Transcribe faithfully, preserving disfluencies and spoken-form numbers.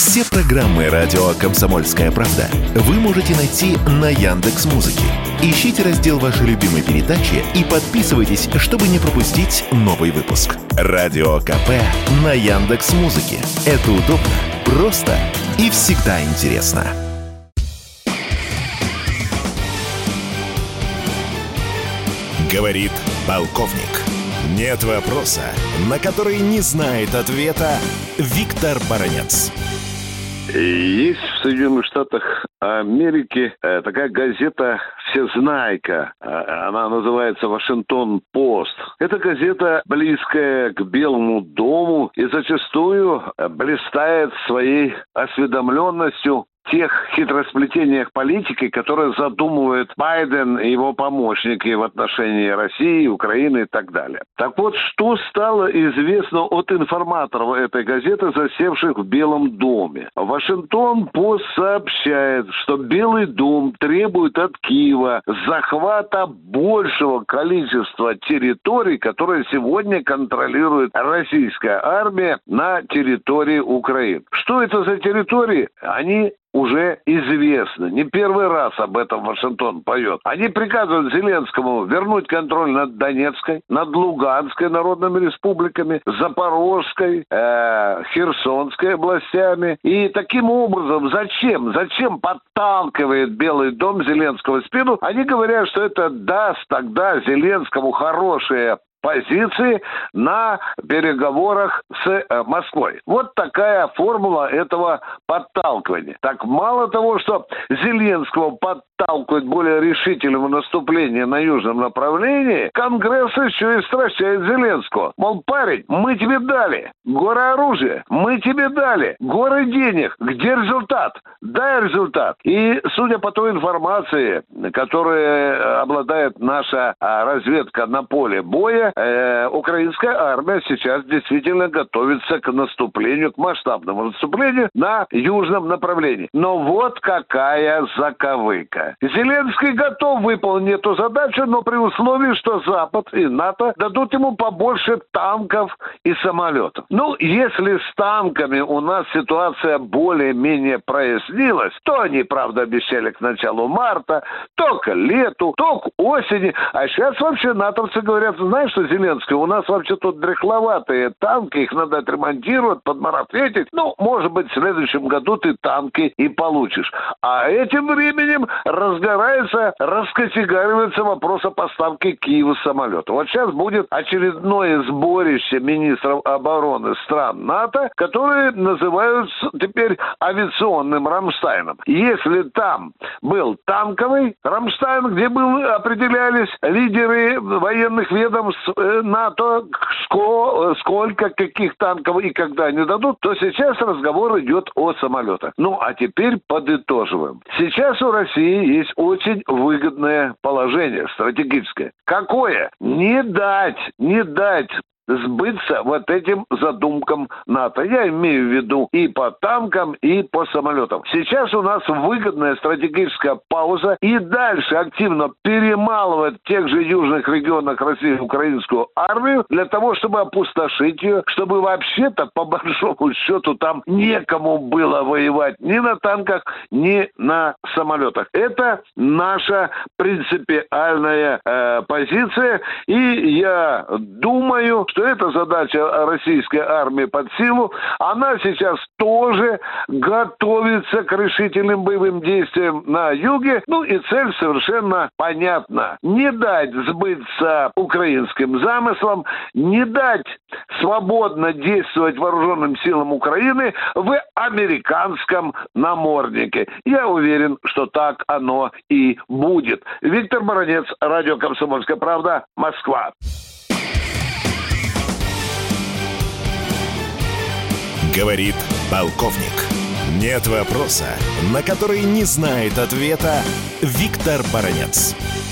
Все программы радио «Комсомольская правда» вы можете найти на Яндекс.Музыке. Ищите раздел вашей любимой передачи и подписывайтесь, чтобы не пропустить новый выпуск. Радио КП на Яндекс.Музыке. Это удобно, просто и всегда интересно. Говорит полковник. Нет вопроса, на который не знает ответа Виктор Баранец. Есть в Соединенных Штатах Америки такая газета «Всезнайка». Она называется «Вашингтон-Пост». Эта газета близкая к Белому дому и зачастую блистает своей осведомленностью в тех хитросплетениях политики, которые задумывает Байден и его помощники в отношении России, Украины и так далее. Так вот, что стало известно от информаторов этой газеты, засевших в Белом доме? Вашингтон-Пост сообщает, что Белый дом требует от Киева захвата большего количества территорий, которые сегодня контролирует российская армия на территории Украины. Что это за территории? Они уже известно. Не первый раз об этом Вашингтон поет. Они приказывают Зеленскому вернуть контроль над Донецкой, над Луганской народными республиками, Запорожской, э, Херсонской областями. И таким образом, зачем? Зачем подталкивает Белый дом Зеленского в спину? Они говорят, что это даст тогда Зеленскому хорошие позиции на переговорах с э, Москвой. Вот такая формула этого подталкивания. Так мало того, что Зеленского подталкивает более решительному наступлению на южном направлении, Конгресс еще и стращает Зеленского. Мол, парень, мы тебе дали горы оружия, мы тебе дали горы денег. Где результат? Дай результат. И судя по той информации, которой обладает наша разведка на поле боя, Э, украинская армия сейчас действительно готовится к наступлению, к масштабному наступлению на южном направлении. Но вот какая заковыка. Зеленский готов выполнить эту задачу, но при условии, что Запад и НАТО дадут ему побольше танков и самолетов. Ну, если с танками у нас ситуация более-менее прояснилась, то они, правда, обещали к началу марта, то к лету, то к осени. А сейчас вообще натовцы говорят, знаешь что, Зеленский, у нас вообще тут дряхловатые танки, их надо отремонтировать, подмарафетить. Ну, может быть, в следующем году ты танки и получишь. А этим временем разгорается, раскочегаривается вопрос о поставке Киеву самолета. Вот сейчас будет очередное сборище министров обороны стран НАТО, которые называются теперь авиационным Рамштайном. Если там был танковый Рамштайн, где был, определялись лидеры военных ведомств НАТО, сколько, каких танков и когда они дадут, то сейчас разговор идет о самолетах. Ну, а теперь подытоживаем. Сейчас у России есть очень выгодное положение стратегическое. Какое? Не дать, не дать сбыться вот этим задумкам НАТО. Я имею в виду и по танкам, и по самолетам. Сейчас у нас выгодная стратегическая пауза и дальше активно перемалывать в тех же южных регионах России украинскую армию для того, чтобы опустошить ее, чтобы вообще-то по большому счету там некому было воевать ни на танках, ни на самолетах. Это наша принципиальная э, позиция, и я думаю, что эта задача российской армии под силу, она сейчас тоже готовится к решительным боевым действиям на юге. Ну и цель совершенно понятна. Не дать сбыться украинским замыслам, не дать свободно действовать вооруженным силам Украины в американском наморднике. Я уверен, что так оно и будет. Виктор Баранец, радио «Комсомольская правда», Москва. Говорит полковник. Нет вопроса, на который не знает ответа Виктор Баранец.